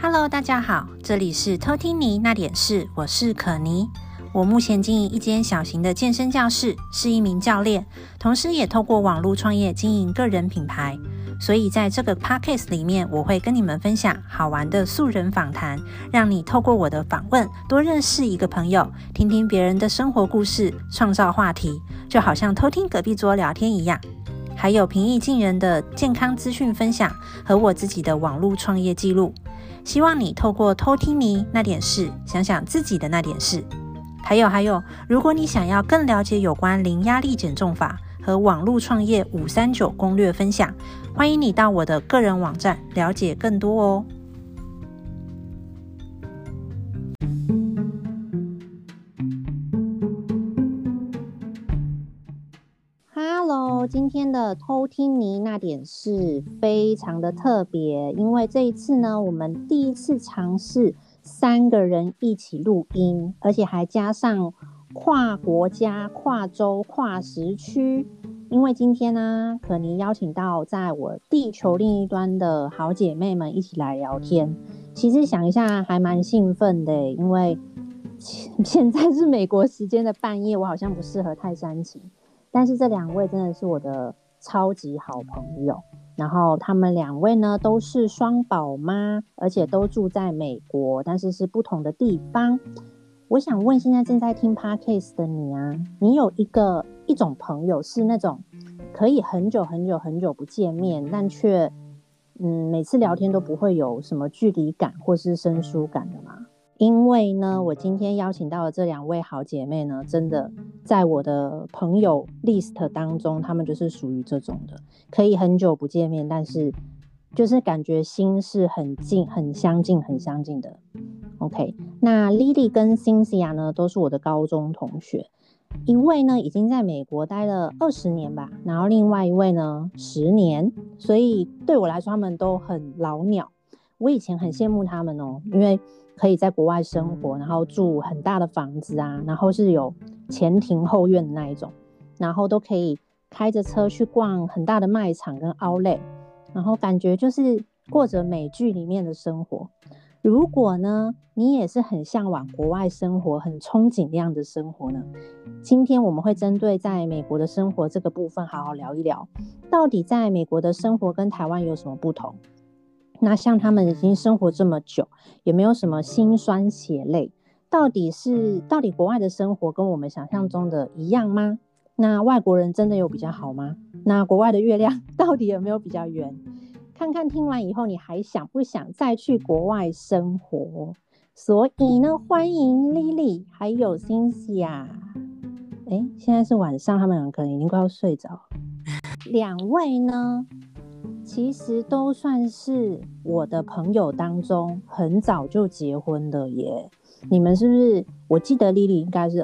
Hello， 大家好，这里是偷听妮那点事，我是可妮。我目前经营一间小型的健身教室，是一名教练，同时也透过网络创业经营个人品牌。所以在这个 podcast 里面，我会跟你们分享好玩的素人访谈，让你透过我的访问多认识一个朋友，听听别人的生活故事，创造话题，就好像偷听隔壁桌聊天一样。还有平易近人的健康资讯分享和我自己的网络创业记录，希望你透过偷听妮那点事，想想自己的那点事。还有，如果你想要更了解有关零压力减重法和网络创业539攻略分享，欢迎你到我的个人网站了解更多哦。Hello， 今天的偷听妮那点事非常的特别，因为这一次呢，我们第一次尝试3个人一起录音，而且还加上跨国家、跨州、跨时区。因为今天呢，可妮邀请到在我地球另一端的好姐妹们一起来聊天。其实想一下还蛮兴奋的，因为现在是美国时间的半夜，我好像不适合太煽情。但是这2位真的是我的超级好朋友，然后他们2位呢都是双宝妈，而且都住在美国，但是是不同的地方。我想问现在正在听 podcast 的你啊，你有一种朋友是那种可以很久不见面，但却每次聊天都不会有什么距离感或是生疏感的吗？因为呢，我今天邀请到的这2位好姐妹呢，真的在我的朋友 list 当中，她们就是属于这种的，可以很久不见面，但是就是感觉心是很近、很相近的。OK， 那 Lily 跟 Cynthia 呢，都是我的高中同学，一位呢已经在美国待了20年吧，然后另外一位呢10年，所以对我来说他们都很老鸟。我以前很羡慕他们哦，因为可以在国外生活，然后住很大的房子啊，然后是有前庭后院的那一种，然后都可以开着车去逛很大的卖场跟 outlet， 然后感觉就是过着美剧里面的生活。如果呢，你也是很向往国外生活，很憧憬那样的生活呢，今天我们会针对在美国的生活这个部分好好聊一聊，到底在美国的生活跟台湾有什么不同？那像他们已经生活这么久，有没有什么辛酸血泪？到底国外的生活跟我们想象中的一样吗？那外国人真的有比较好吗？那国外的月亮到底有没有比较圆？看看听完以后，你还想不想再去国外生活？所以呢，欢迎 Lily 还有 Cynthia。现在是晚上，他们2个人已经快要睡着。2位呢，其实都算是我的朋友当中很早就结婚的耶。你们是不是？我记得 Lily 应该是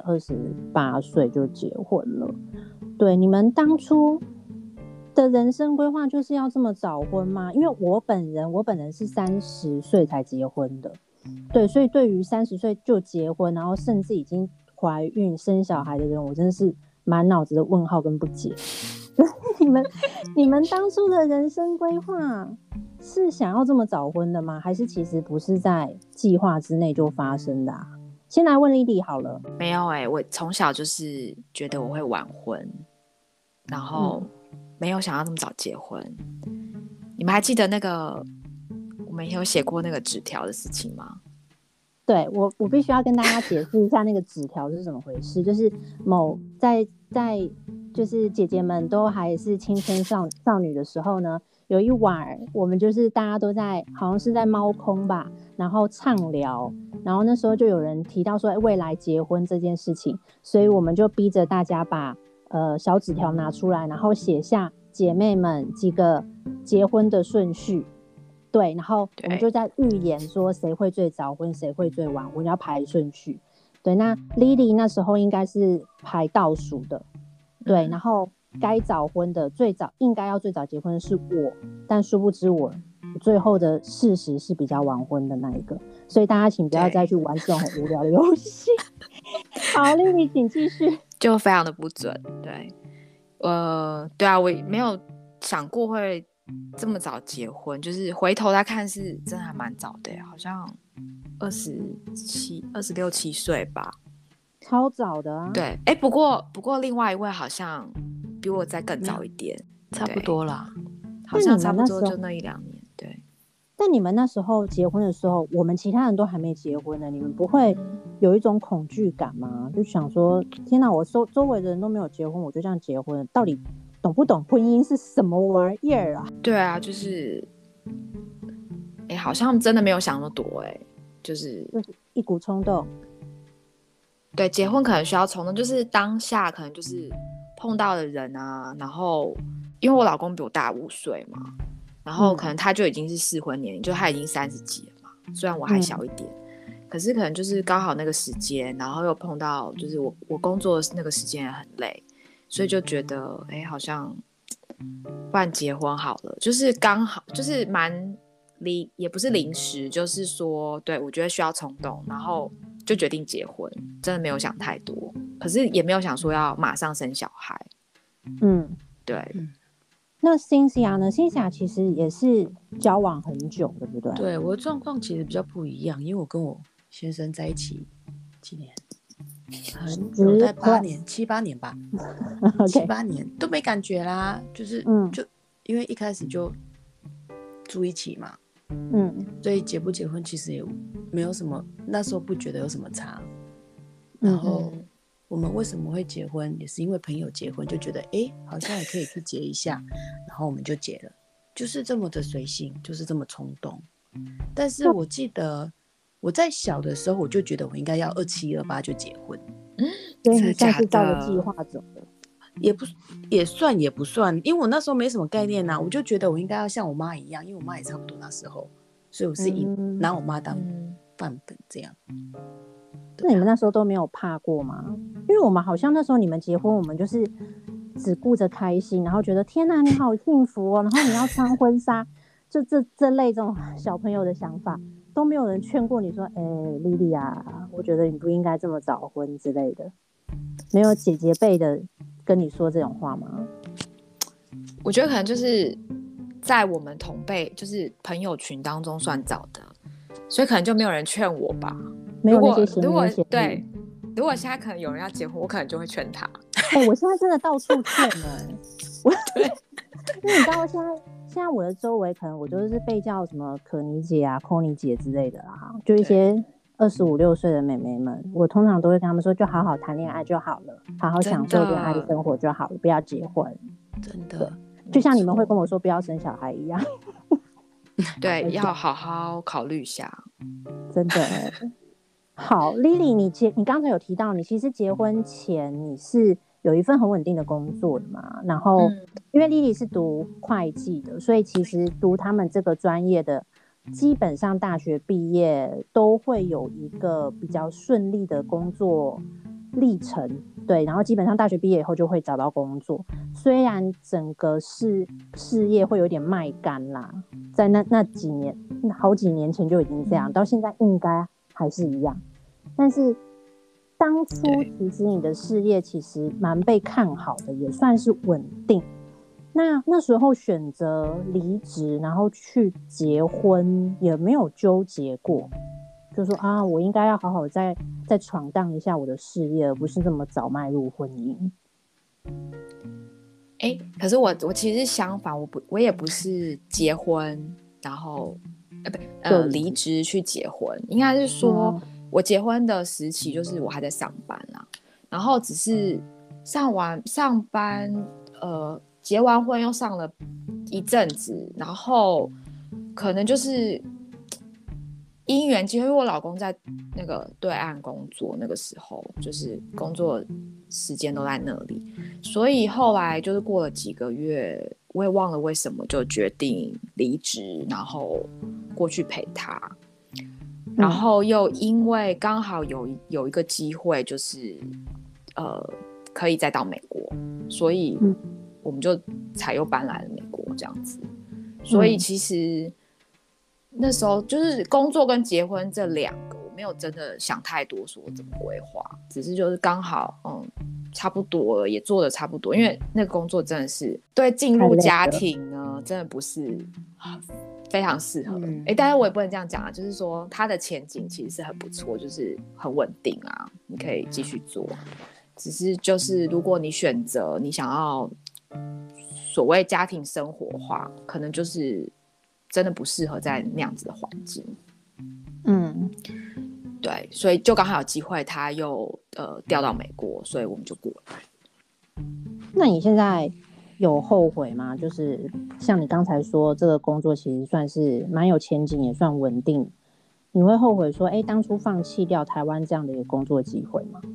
28岁就结婚了。对，你们当初的人生规划就是要这么早婚吗？因为我本人是30岁才结婚的。对，所以对于30岁就结婚，然后甚至已经怀孕生小孩的人，我真的是满脑子的问号跟不解。你们当初的人生规划是想要这么早婚的吗？还是其实不是在计划之内就发生的啊？先来问 Lily 好了。 没有我从小就是觉得我会晚婚，然后没有想要那么早结婚。你们还记得那个我们有写过那个纸条的事情吗？ 对，我必须要跟大家解释一下那个纸条是怎么回事。就是在就是姐姐们都还是青春少女的时候呢，有一晚我们就是大家都在好像是在猫空吧，然后畅聊，然后那时候就有人提到说未来结婚这件事情，所以我们就逼着大家把小纸条拿出来，然后写下姐妹们几个结婚的顺序。对，然后我们就在预言说谁会最早婚，谁会最晚婚，要排顺序。对，那 Lily 那时候应该是排倒数的。对，然后该早婚的应该要最早结婚的是我，但殊不知我最后的事实是比较晚婚的那一个，所以大家请不要再去玩这种很无聊的游戏。好，Lily请继续。 就非常的不准。对，对啊，我也没有想过会这么早结婚，就是回头来看是真的还蛮早的，好像26、7岁吧， 超早的啊。 对，不过另外一位好像比我再更早一点， 差不多啦， 好像差不多就那1-2年，对。 但你们那时候结婚的时候，我们其他人都还没结婚呢，你们不会有一种恐惧感吗？就想说，天哪，我周围的人都没有结婚，我就这样结婚了，到底懂不懂婚姻是什么玩意儿啊？ 对啊，就是，好像真的没有想那么多，就是一股冲动。 对，结婚可能需要冲动，就是当下可能就是碰到的人啊，然后因为我老公比我大5岁嘛。然后可能他就已经是适婚年龄，就他已经30几了嘛，虽然我还小一点，可是可能就是刚好那个时间，然后又碰到就是我工作的那个时间也很累，所以就觉得好像不然结婚好了，就是刚好就是也不是临时，就是说对我觉得需要冲动，然后就决定结婚，真的没有想太多，可是也没有想说要马上生小孩。对。 那Cynthia呢？Cynthia其实也是交往很久，对不对？ 对，我的状况其实比较不一样，因为我跟我先生在一起几年，很久，在7、8年吧，7、8年都没感觉啦，就是就因为一开始就住一起嘛，所以结不结婚其实也没有什么，那时候不觉得有什么差，然后。我们为什么会结婚，也是因为朋友结婚，就觉得好像也可以去结一下，然后我们就结了，就是这么的随性，就是这么冲动。但是我记得我在小的时候，我就觉得我应该要27、28就结婚， 所以你算是照着计划走的， 也算也不算，因为我那时候没什么概念啊，我就觉得我应该要像我妈一样，因为我妈也差不多那时候，所以我是拿我妈当范本这样。 那你们那时候都没有怕过吗？因为我们好像那时候你们结婚，我们就是只顾着开心，然后觉得天哪，你好幸福哦，然后你要穿婚纱，就这类这种小朋友的想法，都没有人劝过你说，莉莉啊，我觉得你不应该这么早婚之类的，没有姐姐辈的跟你说这种话吗？ 我觉得可能就是在我们同辈，就是朋友群当中算早的，所以可能就没有人劝我吧。 没有那些闲言闲语。 对，如果现在可能有人要结婚，我可能就会劝他。 我现在真的到处劝对，因为你知道现在我的周围可能我就是被叫什么可妮姐啊、寇妮姐之类的啦，就一些25、26岁的妹妹们，我通常都会跟他们说，就好好谈恋爱就好了，好好享受恋爱的生活就好了，不要结婚。 真的， 就像你们会跟我说不要生小孩一样。 对，要好好考虑一下。 真的。好 ，Lily， 你刚才有提到，你其实结婚前你是有一份很稳定的工作的嘛？然后，因为 Lily 是读会计的，所以其实读他们这个专业的，基本上大学毕业都会有一个比较顺利的工作历程，对，然后基本上大学毕业以后就会找到工作，虽然整个事业会有点卖干啦，在那几年，好几年前就已经这样，到现在应该还是一样，但是当初其实你的事业其实蛮被看好的，也算是稳定。那时候选择离职，然后去结婚，也没有纠结过，就说啊，我应该要好好再闯荡一下我的事业，而不是这么早迈入婚姻。 可是我其实相反，我也不是结婚然后离职去结婚，应该是说我结婚的时期就是我还在上班啦，然后只是上班结完婚又上了一阵子，然后可能就是因缘机会，因为我老公在那个对岸工作，那个时候就是工作时间都在那里，所以后来就是过了几个月，我也忘了为什么就决定离职，然后过去陪他，然后又因为刚好有一个机会，就是可以再到美国，所以我们就才又搬来了美国这样子，所以其实那时候就是工作跟结婚这两个，我没有真的想太多说怎么规划，只是就是刚好差不多了，也做的差不多，因为那个工作真的是对进入家庭呢真的不是非常适合。但是我也不能这样讲啊，就是说它的前景其实是很不错，就是很稳定啊，你可以继续做。只是就是如果你选择你想要所谓家庭生活化，可能就是真的不适合在那样子的环境。对，所以就刚好有机会他又调到美国，所以我们就过来。 那你现在有后悔吗？就是像你刚才说这个工作其实算是蛮有前景，也算稳定，你会后悔说当初放弃掉台湾这样的一个工作机会吗？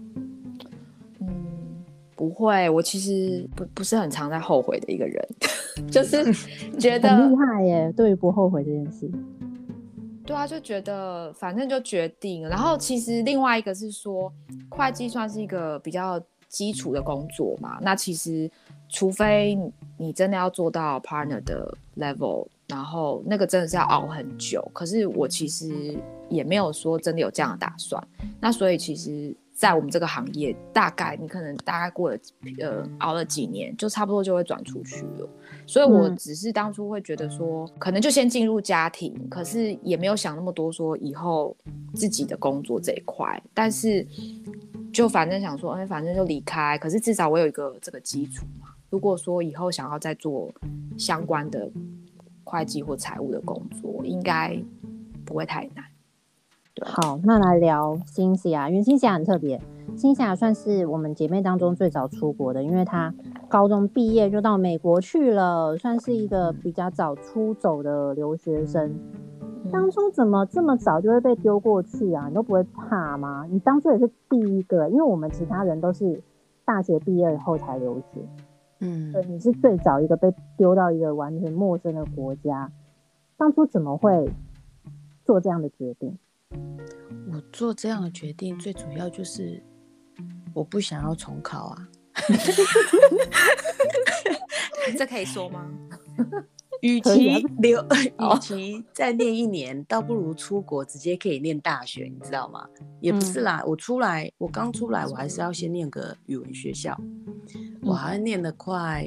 不会，我其实不是很常在后悔的一个人，就是觉得很厉害耶，对于不后悔这件事。 对啊，就觉得反正就决定了。然后其实另外一个是说，会计算是一个比较基础的工作嘛，那其实除非你真的要做到 partner 的 level， 然后那个真的是要熬很久。可是我其实也没有说真的有这样的打算，那所以其实在我们这个行业，你可能大概过了熬了几年，就差不多就会转出去了。所以我只是当初会觉得说，可能就先进入家庭，可是也没有想那么多说以后自己的工作这一块。但是就反正想说，反正就离开，可是至少我有一个这个基础嘛。如果说以后想要再做相关的会计或财务的工作，应该不会太难。 好，那来聊辛西亚，因为辛西亚很特别，辛西亚算是我们姐妹当中最早出国的，因为她高中毕业就到美国去了，算是一个比较早出走的留学生。当初怎么这么早就会被丢过去啊？你都不会怕吗？你当初也是第一个，因为我们其他人都是大学毕业后才留学，对，你是最早一个被丢到一个完全陌生的国家，当初怎么会做这样的决定？ 我做这样的决定最主要就是我不想要重考啊。 这可以说吗？ 与其再念一年，倒不如出国直接可以念大学，你知道吗？也不是啦，我刚出来，我还是要先念个语文学校，我还念了快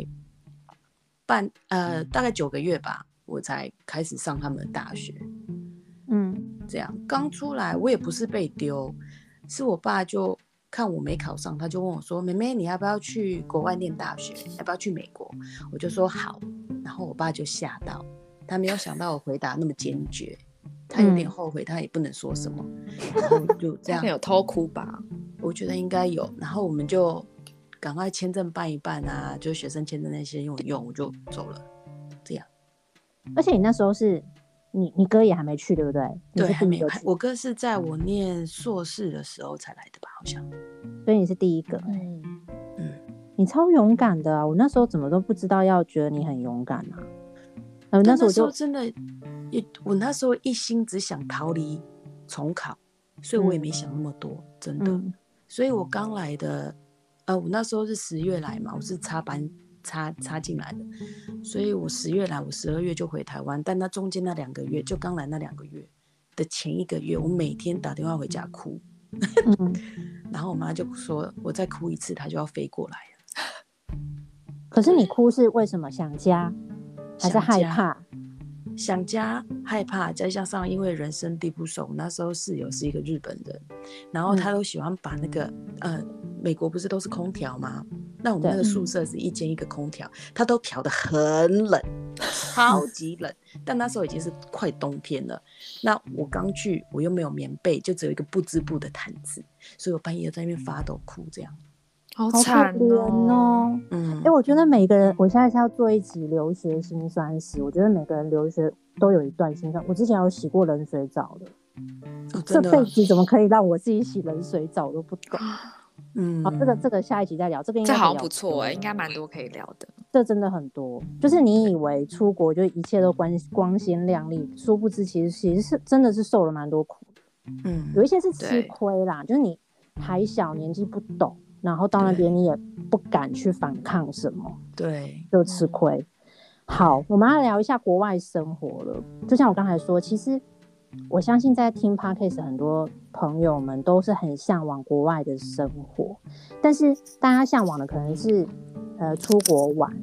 大概9个月吧，我才开始上他们的大学。这样刚出来，我也不是被丢，是我爸就看我没考上，他就问我说：“妹妹，你要不要去国外念大学？要不要去美国？”我就说好，然后我爸就吓到，他没有想到我回答那么坚决，他有点后悔，他也不能说什么，然后就这样。 他有偷哭吧？ 我觉得应该有，然后我们就赶快签证办一办啊，就学生签证那些用一用，我就走了，这样。 而且你那时候是你哥也还没去，对不对？ 对，还没有。我哥是在我念硕士的时候才来的吧，好像。 所以你是第一个。你超勇敢的啊！我那时候怎么都不知道要觉得你很勇敢啊。 那时候真的，我那时候一心只想逃离重考，所以我也没想那么多，真的。所以我刚来的，我那时候是10月来嘛，我是插班插进来的，所以我10月来，我12月就回台湾。但那中间那2个月，就刚来那2个月的前1个月，我每天打电话回家哭，然后我妈就说，我再哭一次，她就要飞过来了。 可是你哭是为什么？想家还是害怕？ 想家害怕，再加上因为人生地不熟，那时候室友是一个日本人，然后他都喜欢把那个美国不是都是空调吗？那我们那个宿舍是1间1个空调，他都调得很冷，超级冷。但那时候已经是快冬天了，那我刚去，我又没有棉被，就只有一个不织布的毯子，所以我半夜在那边发抖哭这样。 好惨哦！ 我觉得每个人，我现在是要做一集留学辛酸史。我觉得每个人留学都有一段辛酸。我之前有洗过冷水澡的，这辈子怎么可以让我自己洗冷水澡都不懂。好，这个下一集再聊。这个应该好像不错应该蛮多可以聊的。 这真的很多，就是你以为出国就一切都光鲜亮丽，殊不知其实是真的是受了蛮多苦的。有一些是吃亏啦，就是你还小，年纪不懂。然后到那边你也不敢去反抗什么， 对， 就吃亏。好，我们要聊一下国外生活了。就像我刚才说，其实我相信在听 Podcast 很多朋友们都是很向往国外的生活，但是大家向往的可能是出国玩，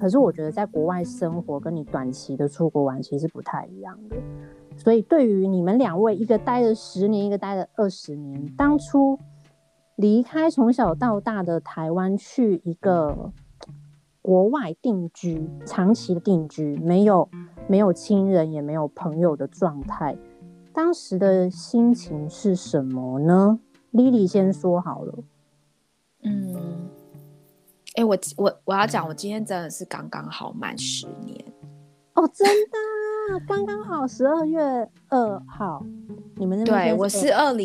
可是我觉得在国外生活跟你短期的出国玩其实不太一样的。所以对于你们2位，一个待了10年，一个待了20年，当初离开从小到大的台湾，去一个国外定居，长期的定居，没有亲人也没有朋友的状态，当时的心情是什么呢？Lily 先说好了。 我要讲，我今天真的是刚刚好满10年哦，真的刚刚好12月2号，你们那边对，我是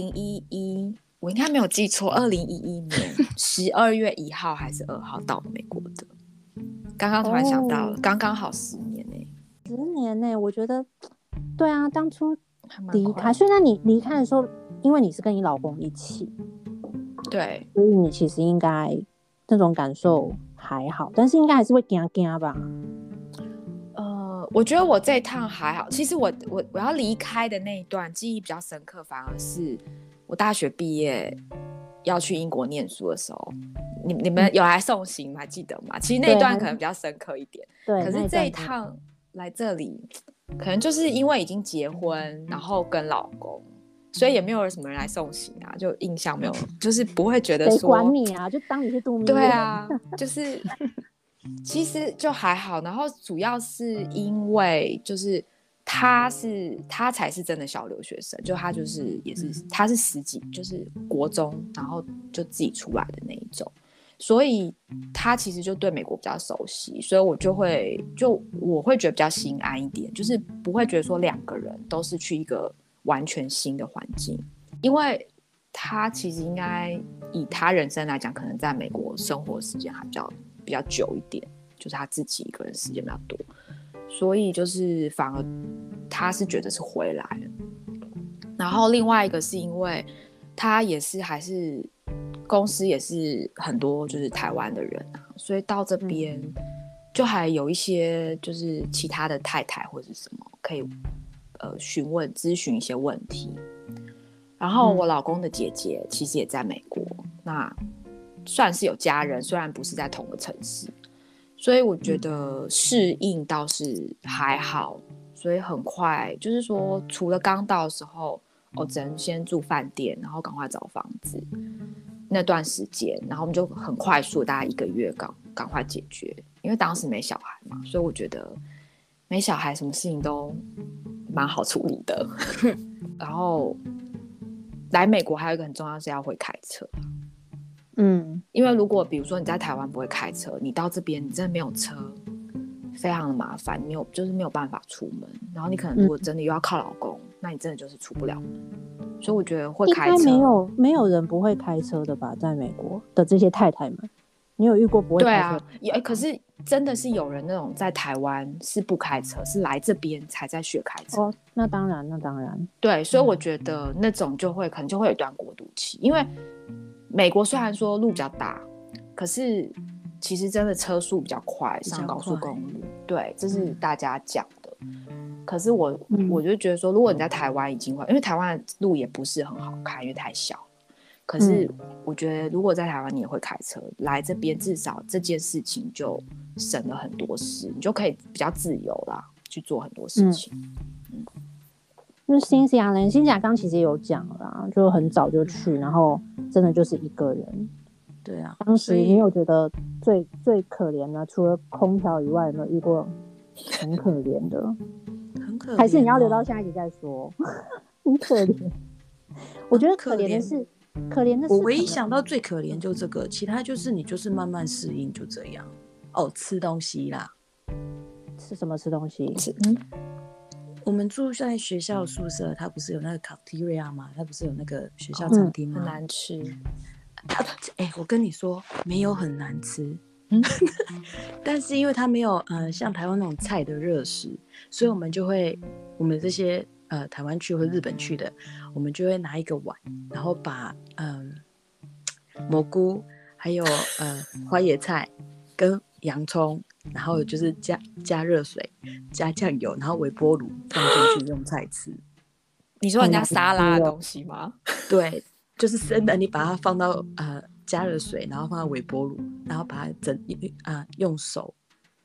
2011，我应该没有记错，2011年12月1号还是2号到美国的。刚刚突然想到了，刚刚好10年 10年我觉得对啊，当初离开，虽然你离开的时候，因为你是跟你老公一起， 对， 所以你其实应该那种感受还好，但是应该还是会怕怕吧。 我觉得我这一趟还好。其实我要离开的那一段记忆比较深刻，反而是我大学毕业要去英国念书的时候，你们有来送行吗？还记得吗？其实那一段可能比较深刻一点。 对， 可是这一趟来这里，可能就是因为已经结婚，然后跟老公，所以也没有什么人来送行啊，就印象没有，就是不会觉得说谁管你啊，就当你是度蜜月。 对啊，就是其实就还好。然后主要是因为就是他才是真的小留学生，就他就是也是他是10几，就是国中，然后就自己出来的那一种，所以他其实就对美国比较熟悉，所以我会觉得比较心安一点，就是不会觉得说2个人都是去一个完全新的环境，因为他其实应该以他人生来讲，可能在美国生活时间还比较久一点，就是他自己一个人时间比较多，所以就是反而他是觉得是回来了。然后另外一个是因为他也是还是公司也是很多就是台湾的人啊，所以到这边就还有一些就是其他的太太或者是什么可以咨询一些问题。然后我老公的姐姐其实也在美国，那算是有家人，虽然不是在同个城市，所以我觉得适应倒是还好，所以很快就是说除了刚到的时候只能先住饭店，然后赶快找房子那段时间，然后我们就很快速大概1个月赶快解决，因为当时没小孩嘛，所以我觉得没小孩什么事情都蛮好处理的然后来美国还有一个很重要是要会开车，因为如果比如说你在台湾不会开车，你到这边你真的没有车，非常的麻烦，就是没有办法出门，然后你可能如果真的又要靠老公，那你真的就是出不了门。所以我觉得会开车应该没有人不会开车的吧，在美国的这些太太们，你有遇过不会开车？ 对啊，可是真的是有人那种在台湾是不开车，是来这边才在学开车。 那当然对，所以我觉得那种可能就会有一段过渡期，因为美国虽然说路比较大，可是其实真的车速比较快，上高速公路，对，这是大家讲的。可是我就觉得说，如果你在台湾已经会，因为台湾的路也不是很好开，因为太小。可是我觉得，如果在台湾你也会开车，来这边至少这件事情就省了很多事，你就可以比较自由啦，去做很多事情。 就是辛西亚刚其实也有讲了啦，就很早就去，然后真的就是一个人。 对啊， 当时你有觉得最可怜的，除了空调以外，有没有遇过很可怜的？ 很可怜， 还是你要留到下一集再说？很可怜，我觉得可怜的是， 我唯一想到最可怜就这个，其他就是你就是慢慢适应，就这样。吃东西啦， 吃什么吃东西？ 我们住在学校宿舍，它不是有那个 cafeteria 吗？它不是有那个学校餐厅吗？ 很难吃。 我跟你说，没有很难吃。但是因为它没有像台湾那种菜的热食，所以我们这些台湾去或日本去的，我们就会拿一个碗，然后把蘑菇还有花椰菜跟洋葱，然后就是加热水加酱油，然后微波炉放进去用菜吃。 你说人家沙拉的东西吗？ 对，就是生的，你把它放到加热水，然后放到微波炉，然后把它用手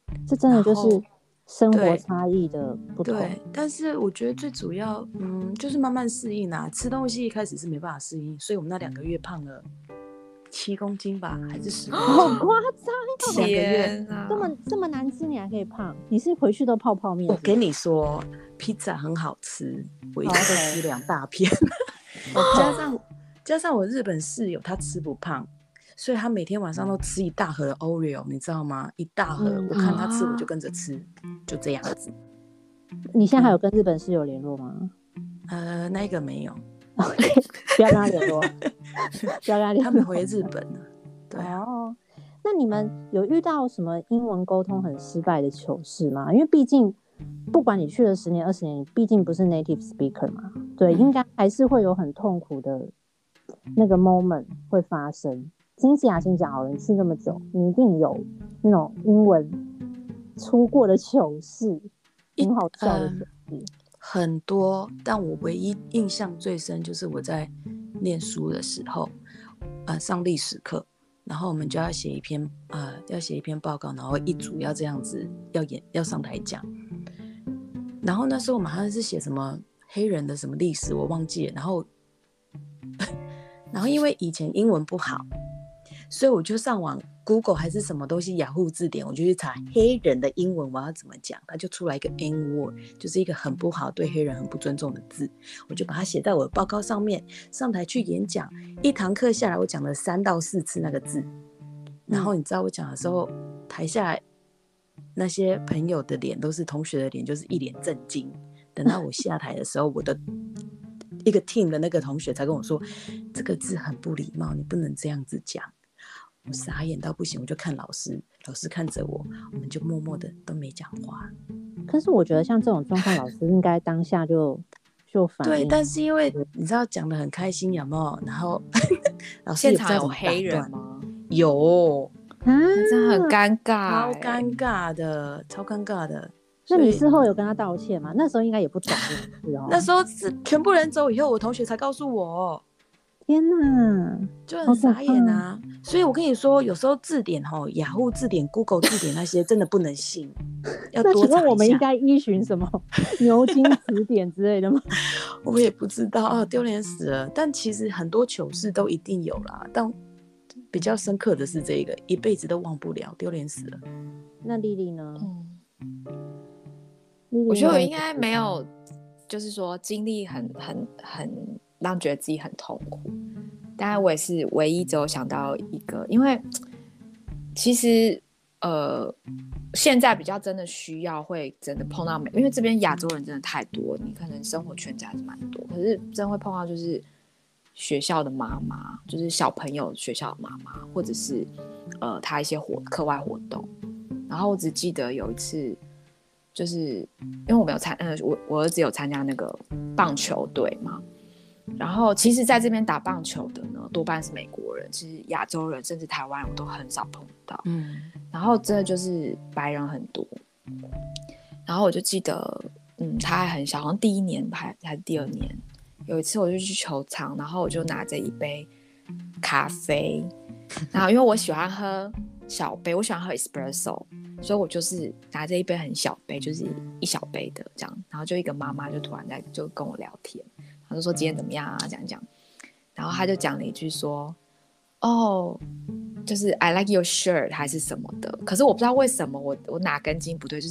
这真的就是生活差异的不同。 对，但是我觉得最主要，就是慢慢适应啊。吃东西一开始是没办法适应，所以我们那2个月胖了7公斤吧，还是10公斤？ 好夸张！ 天啊， 这么难吃你还可以胖？你是回去都泡泡面？ 我跟你说，披萨很好吃，我一次都吃2大片。加上我日本室友他吃不胖，所以他每天晚上都吃1大盒的 Oreo， 你知道吗？1大盒，我看他吃我就跟着吃，就这样子。 你现在还有跟日本室友联络吗？ 那一个没有。 不要跟他联络，不要跟他联络。 他们回日本了。对啊。 那你们有遇到什么英文沟通很失败的糗事吗？因为毕竟不管你去了10年20年，你毕竟不是 native speaker 嘛，对，应该还是会有很痛苦的那个 moment 会发生。金西亚先讲好了，你去那么久，你一定有那种英文出过的糗事，很好笑的糗事。 很多，但我唯一印象最深就是我在念书的时候，上历史课，然后我们就要写一篇报告，然后一组要这样子要上台讲，然后那时候我们好像是写什么黑人的什么历史，我忘记了，然后因为以前英文不好，所以我就上网 Google 还是什么东西雅虎字典，我就去查黑人的英文我要怎么讲，它就出来一个 N word， 就是一个很不好对黑人很不尊重的字，我就把它写在我的报告上面，上台去演讲，一堂课下来我讲了3到4次那个字，然后你知道我讲的时候，台下那些朋友的脸都是同学的脸，就是一脸震惊。等到我下台的时候，我的一个 team 的那个同学才跟我说，这个字很不礼貌，你不能这样子讲。我傻眼到不行，我就看老师，老师看着我，我们就默默的都没讲话。 可是我觉得像这种状况，老师应该当下就反应。 对，但是因为你知道讲得很开心，有没有？然后老师现场有黑人吗？ 有啊， 真的很尴尬， 超尴尬的，超尴尬的。 那你事后有跟他道歉吗？那时候应该也不懂这件事哦。 那时候是全部人走以后，我同学才告诉我。 天哪， 就很傻眼啊！所以我跟你说，有时候字典雅虎字典、Google 字典那些真的不能信，要多查一下。 那请问我们应该依循什么牛津词典之类的吗？ 我也不知道啊，丢脸死了。但其实很多糗事都一定有啦，但比较深刻的是这个，一辈子都忘不了，丢脸死了。 那莉莉呢？ 我觉得我应该没有，就是说经历很让觉得自己很痛苦。当然我也是唯一只有想到一个，因为其实现在比较真的需要会真的碰到因为这边亚洲人真的太多，你可能生活圈子还是蛮多，可是真的会碰到就是学校的妈妈，就是小朋友学校的妈妈，或者是他一些课外活动。然后我只记得有一次，就是因为我没有我儿子有参加那个棒球队嘛。然后其实在这边打棒球的呢多半是美国人，其实亚洲人甚至台湾人我都很少碰到。然后真的就是白人很多。然后我就记得他还很小，好像第1年还是第2年，有一次我就去球场，然后我就拿着一杯咖啡，然后因为我喜欢喝小杯，我喜欢喝 espresso， 所以我就是拿着一杯很小杯，就是1小杯的这样，然后就一个妈妈就突然就跟我聊天，他就说今天怎么样啊，讲，然后他就讲了一句说，就是 I like your shirt 还是什么的，可是我不知道为什么我哪根筋不对，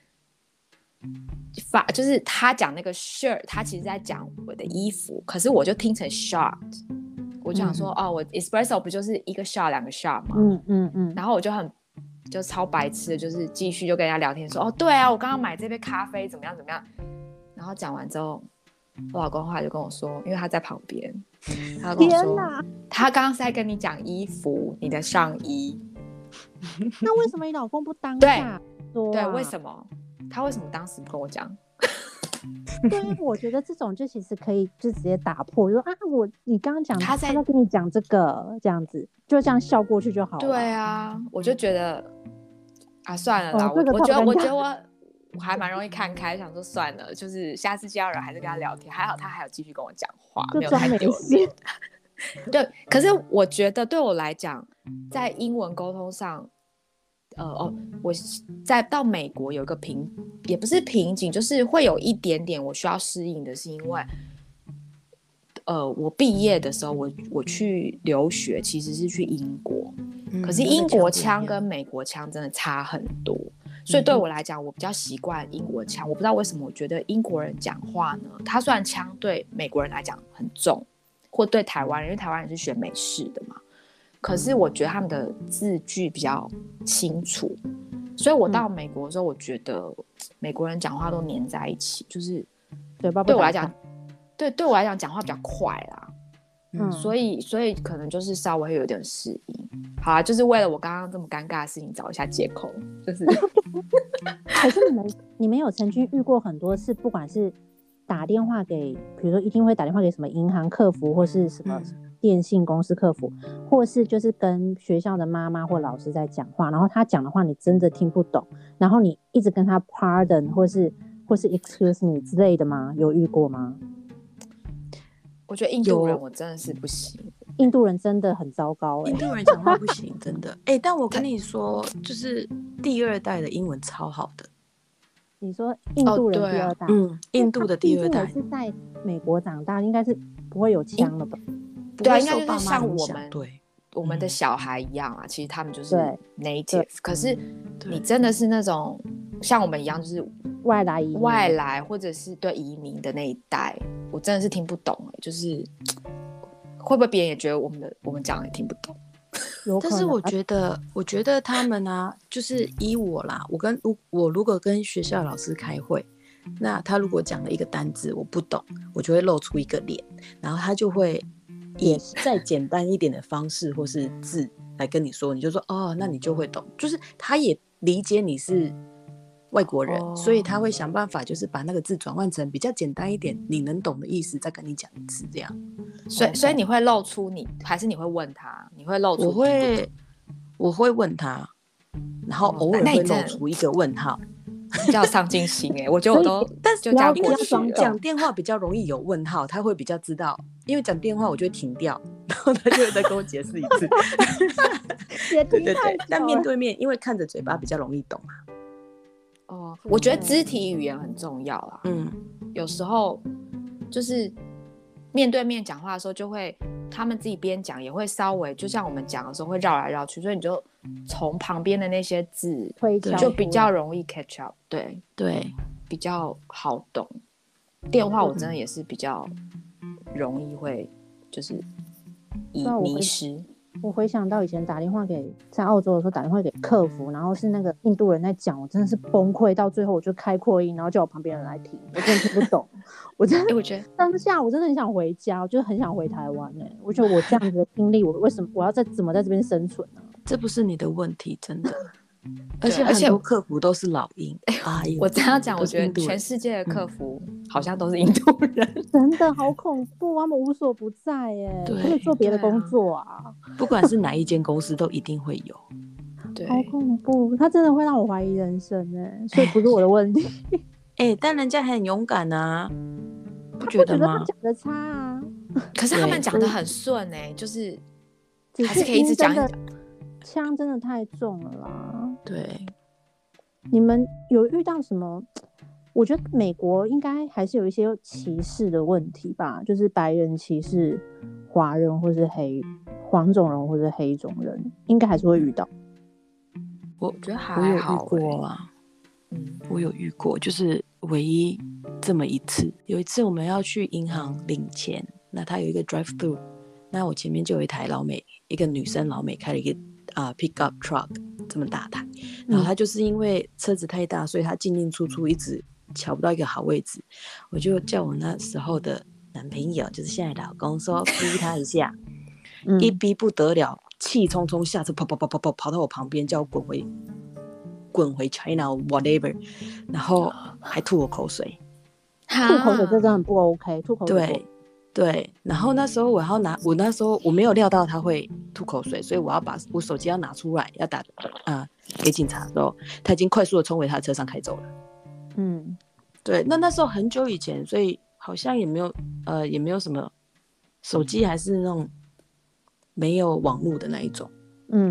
就是他讲那个 shirt， 他其实在讲我的衣服，可是我就听成 shot， 我就想说我 espresso 不就是1个 shot 2个 shot 吗？然后我就超白痴的，就是继续就跟人家聊天说对啊，我刚刚买这杯咖啡怎么样，然后讲完之后，我老公后来就跟我说，因为他在旁边，他跟我说他刚刚是在跟你讲衣服，你的上衣。 那为什么你老公不当下说对，为什么他为什么当时不跟我讲？ 对，我觉得这种就其实可以就直接打破，就说你刚刚讲他在跟你讲这个，这样子就这样笑过去就好了。对啊，我就觉得算了啦，我觉得我还蛮容易看开，想说算了，就是下次见到人还是跟他聊天，还好他还有继续跟我讲话，没有太丢脸。对，可是我觉得对我来讲，在英文沟通上， 我到美国有一个也不是瓶颈，就是会有一点点我需要适应的，是因为我毕业的时候我去留学其实是去英国，可是英国腔跟美国腔真的差很多，所以对我来讲我比较习惯英国腔。我不知道为什么我觉得英国人讲话呢，他虽然腔对美国人来讲很重，或对台湾人，因为台湾人是学美式的嘛，可是我觉得他们的字句比较清楚，所以我到美国的时候，我觉得美国人讲话都黏在一起，就是对我来讲， 对我来讲讲话比较快啦，所以可能就是稍微会有点适应。好啦，就是为了我刚刚这么尴尬的事情找一下借口，就是。 可是你们有曾经遇过很多次，不管是打电话给，比如说一定会打电话给什么银行客服，或是什么电信公司客服，或是就是跟学校的妈妈或老师在讲话，然后他讲的话你真的听不懂，然后你一直跟他 pardon 或是 excuse me 之类的吗？有遇过吗？ 我觉得印度人我真的是不行， 印度人真的很糟糕印度人讲话不行，真的。但我跟你说，就是第二代的英文超好的。 你说印度人第二代， 印度的第二代是在美国长大，应该是不会有腔了吧？ 对啊，应该就是像我们的小孩一样啊，其实他们就是 native， 可是你真的是那种像我们一样，就是外来或者是对移民的那一代，我真的是听不懂就是会不会别人也觉得我们讲的也听不懂？ 但是我觉得他们啊，就是依我啦，我如果跟学校老师开会，那他如果讲了一个单字我不懂，我就会露出一个脸，然后他就会以再简单一点的方式或是字来跟你说，你就说哦，那你就会懂，就是他也理解你是外国人，所以他会想办法就是把那个字转换成比较简单一点你能懂的意思，再跟你讲一次这样。 所以你会露出还是你会问他？你会露出？ 我会问他，然后偶尔会露出一个问号。 比较上进心我觉得我都但是就这样过去讲电话比较容易有问号，他会比较知道，因为讲电话我就会停掉，然后他就会再跟我解释一次。对，但面对面因为看着嘴巴比较容易懂啊。 我觉得肢体语言很重要啦。有时候就是面对面讲话的时候，就会他们自己边讲也会稍微，就像我们讲的时候会绕来绕去，所以你就从旁边的那些字就比较容易 catch up， 对，比较好懂。电话我真的也是比较容易会就是迷失。 我回想到以前打电话在澳洲的时候打电话给客服，然后是那个印度人在讲，我真的是崩溃，到最后我就开扩音，然后叫我旁边人来听，我真的听不懂。我觉得当下我真的很想回家，我就很想回台湾我觉得我这样子的经历，我为什么我要怎么在这边生存呢？ 这不是你的问题，真的。而且很多客服都是老鹰。 我这样讲，我觉得全世界的客服好像都是印度人， 真的好恐怖，他们无所不在他们做别的工作不管是哪一间公司都一定会有。 对， 好恐怖，他真的会让我怀疑人生所以不是我的问题。 但人家很勇敢啊，不觉得吗？ 他讲的差可是他们讲的很顺就是还是可以一直讲一讲。 枪真的太重了啦。 对， 你们有遇到什么？我觉得美国应该还是有一些歧视的问题吧，就是白人歧视华人或是黄种人或是黑种人，应该还是会遇到。 我觉得还好我有遇过啊。我有遇过，就是唯一这么一次。有一次我们要去银行领钱，那他有一个 drive through， 那我前面就有一台老美，一个女生老美开了一个pick up truck 这么大台，然后他就是因为车子太大，所以他进进出出一直瞧不到一个好位置，我就叫我那时候的男朋友，就是现在的老公说逼他一下，一逼不得了，气冲冲下车跑到我旁边，叫我滚回 China whatever， 然后还吐我口水。 吐口水这真的很不 OK， 吐口水对，然后那时候我那时候我没有料到他会吐口水，所以我要把我手机要拿出来要打给警察的时候，他已经快速的冲回他车上开走了。对，那时候很久以前，所以好像也没有什么手机，还是那种没有网络的那一种。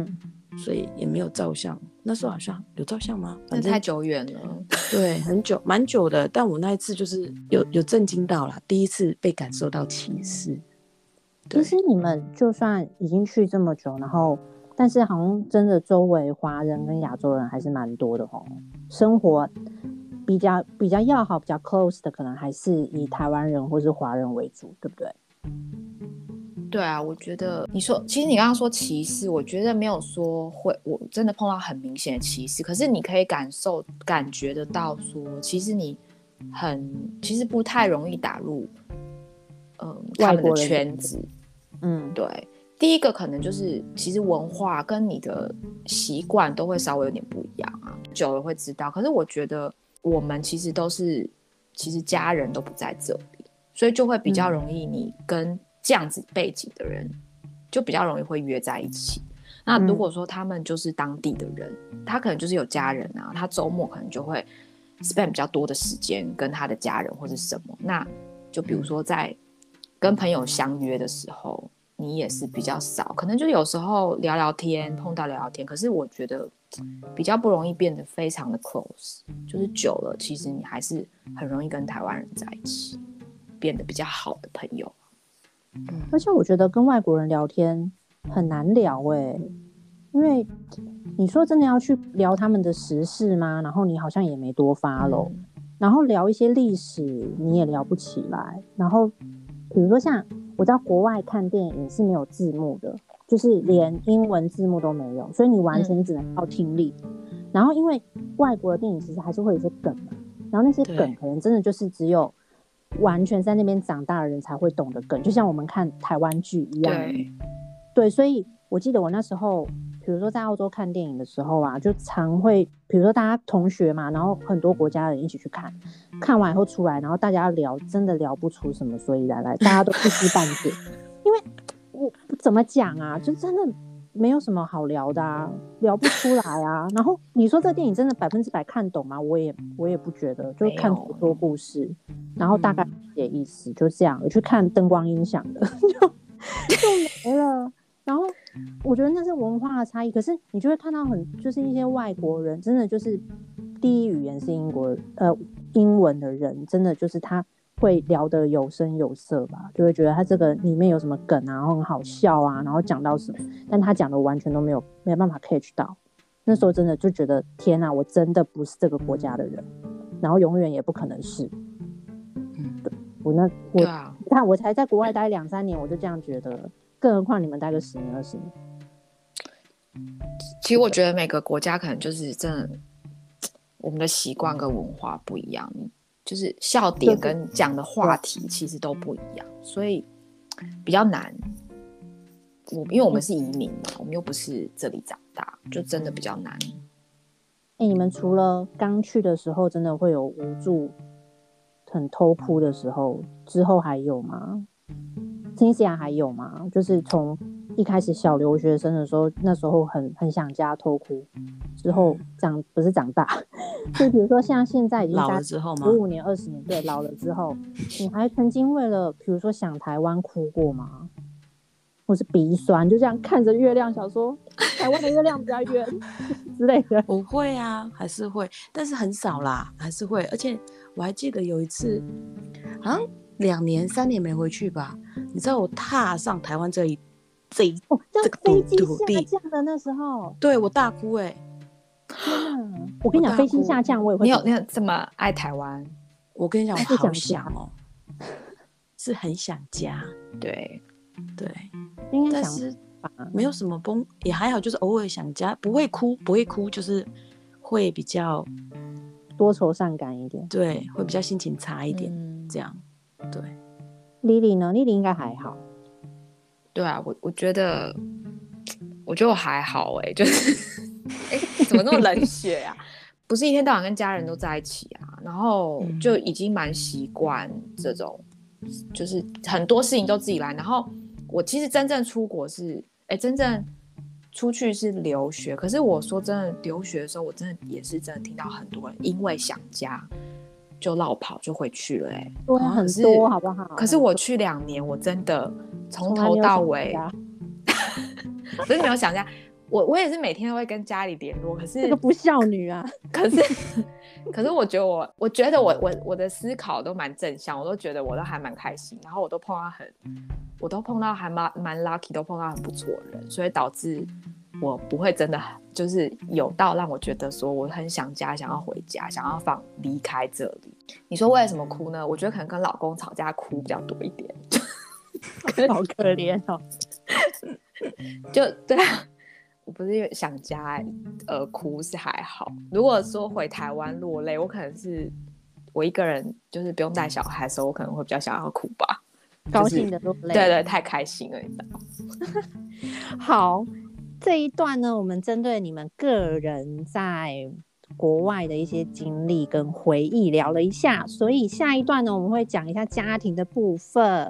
所以也没有照相。那时候好像有照相吗？反正太久远了。 对，很久，蛮久的。但我那一次就是有震惊到啦，第一次被感受到歧视。 其实你们就算已经去这么久，然后但是好像真的周围华人跟亚洲人还是蛮多的哦。生活比较要好、比较 close 的，可能还是以台湾人或是华人为主，对不对？ 对啊，我觉得其实你刚刚说歧视，我觉得没有说我真的碰到很明显的歧视，可是你可以感觉得到说，其实不太容易打入他们的圈子。对，第一个可能就是其实文化跟你的习惯都会稍微有点不一样啊，久了会知道。可是我觉得我们其实其实家人都不在这里，所以就会比较容易你跟这样子背景的人就比较容易会约在一起。那如果说他们就是当地的人，他可能就是有家人啊，他周末可能就会 spend 比较多的时间跟他的家人或是什么。那就比如说在跟朋友相约的时候，你也是比较少，可能就有时候聊聊天，碰到聊聊天，可是我觉得比较不容易变得非常的 close， 就是久了其实你还是很容易跟台湾人在一起变得比较好的朋友。 而且我觉得跟外国人聊天很难聊因为你说真的要去聊他们的时事吗？然后你好像也没多 follow，然后聊一些历史你也聊不起来。然后比如说像我知道国外看电影是没有字幕的，就是连英文字幕都没有，所以你完全只能靠听力。然后因为外国的电影其实还是会有一些梗嘛，然后那些梗可能真的就是只有完全在那边长大的人才会懂的梗，就像我们看台湾剧一样。对，所以我记得我那时候比如说在澳洲看电影的时候啊，就常会比如说大家同学嘛，然后很多国家的人一起去看完以后出来，然后大家聊真的聊不出什么所以然来，大家都一知半解。因为我怎么讲啊，就真的没有什么好聊的啊，聊不出来啊。然后你说这个电影真的100%看懂吗？我也不觉得，就看多故事，然后大概理解意思，就这样。我去看灯光音响的就没了。然后我觉得那是文化的差异，可是你就会看到就是一些外国人，真的就是第一语言是英文的人，真的就是他会聊得有声有色吧，就会觉得他这个里面有什么梗啊，然后很好笑啊，然后讲到什么，但他讲的完全都没有办法 catch 到。那时候真的就觉得天啊，我真的不是这个国家的人，然后永远也不可能是。看我才在国外待2-3年，我就这样觉得了，更何况你们待个10年20年。 其实我觉得每个国家可能就是真的我们的习惯跟文化不一样，就是笑点跟讲的话题其实都不一样，所以比较难。因为我们是移民嘛，我们又不是这里长大，就真的比较难。 你们除了刚去的时候真的会有无助很偷哭的时候，之后还有吗？新西兰还有吗？就是从一开始小留学生的时候，那时候很想家偷哭，之后不是长大，就比如说像现在已经老了之后吗 ？15年20年，对，老了之后，你还曾经为了比如说想台湾哭过吗？或是鼻酸，就这样看着月亮想说台湾的月亮比较圆之类的。 我会啊，还是会，但是很少啦，还是会。而且我还记得有一次，好像2年3年没回去吧。你知道我踏上台湾这个飞机下降的那时候， 对，我大哭天哪！我跟你讲，飞机下降我也会。 你有这么爱台湾？ 我跟你讲，我好想哦，是很想家。 对， 但是没有什么也还好，就是偶尔想家，不会哭，就是会比较多愁善感一点， 对，会比较心情差一点，这样。对 ，Lily 呢？Lily 应该还好。 对啊，我觉得我还好就是怎么那么冷血啊？不是一天到晚跟家人都在一起啊，然后就已经蛮习惯这种，就是很多事情都自己来。然后我其实真正出国真正出去是留学，可是我说真的，留学的时候我真的也是真的听到很多人因为想家就落跑就回去了对，很多好不好？ 可是我去2年，我真的从头到尾，不是没有想家， 我也是每天都会跟家里联络，可是这个不孝女啊。 可是我觉得我的思考都蛮正向，我都觉得我都还蛮开心，然后我都碰到还蛮 lucky， 都碰到很不错的人，所以导致我不会真的就是有到让我觉得说我很想家，想要回家，想要离开这里。你说为什么哭呢？我觉得可能跟老公吵架哭比较多一点。 好可怜哦。 就对啊，我不是想家哭是还好，如果说回台湾落泪，我可能是我一个人就是不用带小孩的时候，我可能会比较想要哭吧， 高兴的落泪。 对对，太开心了，你知道吗？ 好，这一段呢，我们针对你们个人在国外的一些经历跟回忆聊了一下，所以下一段呢，我们会讲一下家庭的部分。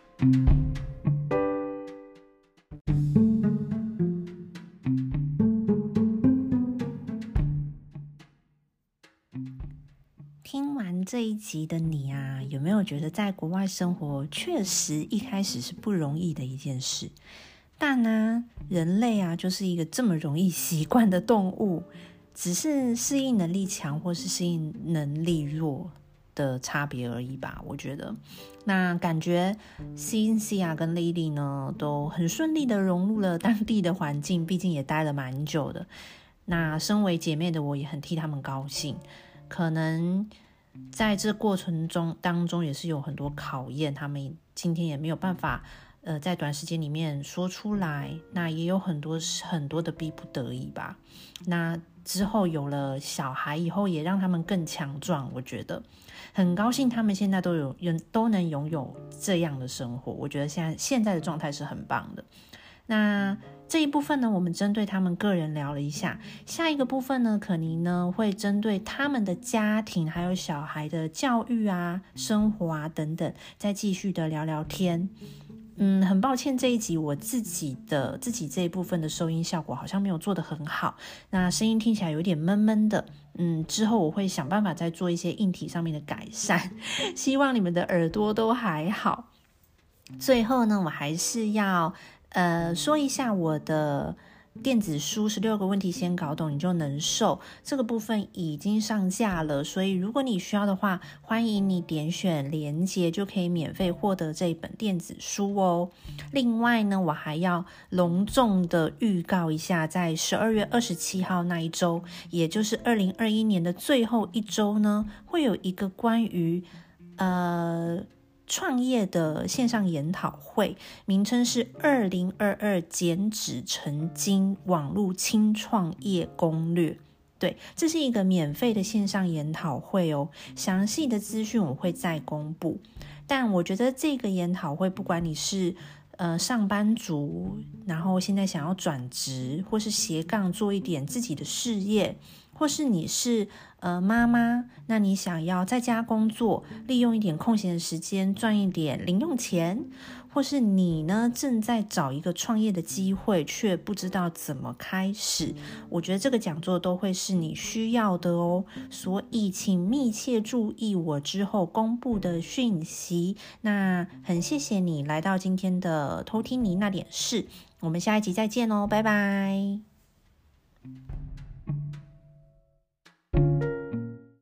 听完这一集的你啊，有没有觉得在国外生活确实一开始是不容易的一件事？但呢，人类啊就是一个这么容易习惯的动物，只是适应能力强或是适应能力弱的差别而已吧，我觉得。那感觉 Cynthia 跟 Lily 呢都很顺利的融入了当地的环境，毕竟也待了蛮久的。那身为姐妹的我也很替她们高兴，可能在这过程当中也是有很多考验，她们今天也没有办法在短时间里面说出来，那也有很多的逼不得已吧。那之后有了小孩以后，也让他们更强壮，我觉得很高兴他们现在都能拥有这样的生活，我觉得现在的状态是很棒的。那这一部分呢，我们针对他们个人聊了一下，下一个部分呢，可妮呢会针对他们的家庭还有小孩的教育啊、生活啊等等，再继续的聊聊天。很抱歉这一集我自己这一部分的收音效果好像没有做得很好，那声音听起来有点闷闷的。之后我会想办法再做一些硬体上面的改善，希望你们的耳朵都还好。最后呢，我还是要说一下我的电子书16个问题先搞懂你就能瘦，这个部分已经上架了，所以如果你需要的话，欢迎你点选连结就可以免费获得这一本电子书哦。另外呢，我还要隆重的预告一下，在12月27号那一周，也就是2021年的最后一周呢，会有一个关于创业的线上研讨会，名称是2022减脂成金网络轻创业攻略。对，这是一个免费的线上研讨会哦，详细的资讯我会再公布。但我觉得这个研讨会，不管你是上班族，然后现在想要转职，或是斜杠做一点自己的事业，或是你是妈妈，那你想要在家工作，利用一点空闲的时间赚一点零用钱，或是你呢正在找一个创业的机会，却不知道怎么开始，我觉得这个讲座都会是你需要的哦。所以请密切注意我之后公布的讯息。那很谢谢你来到今天的偷听你那点事，我们下一集再见哦，拜拜。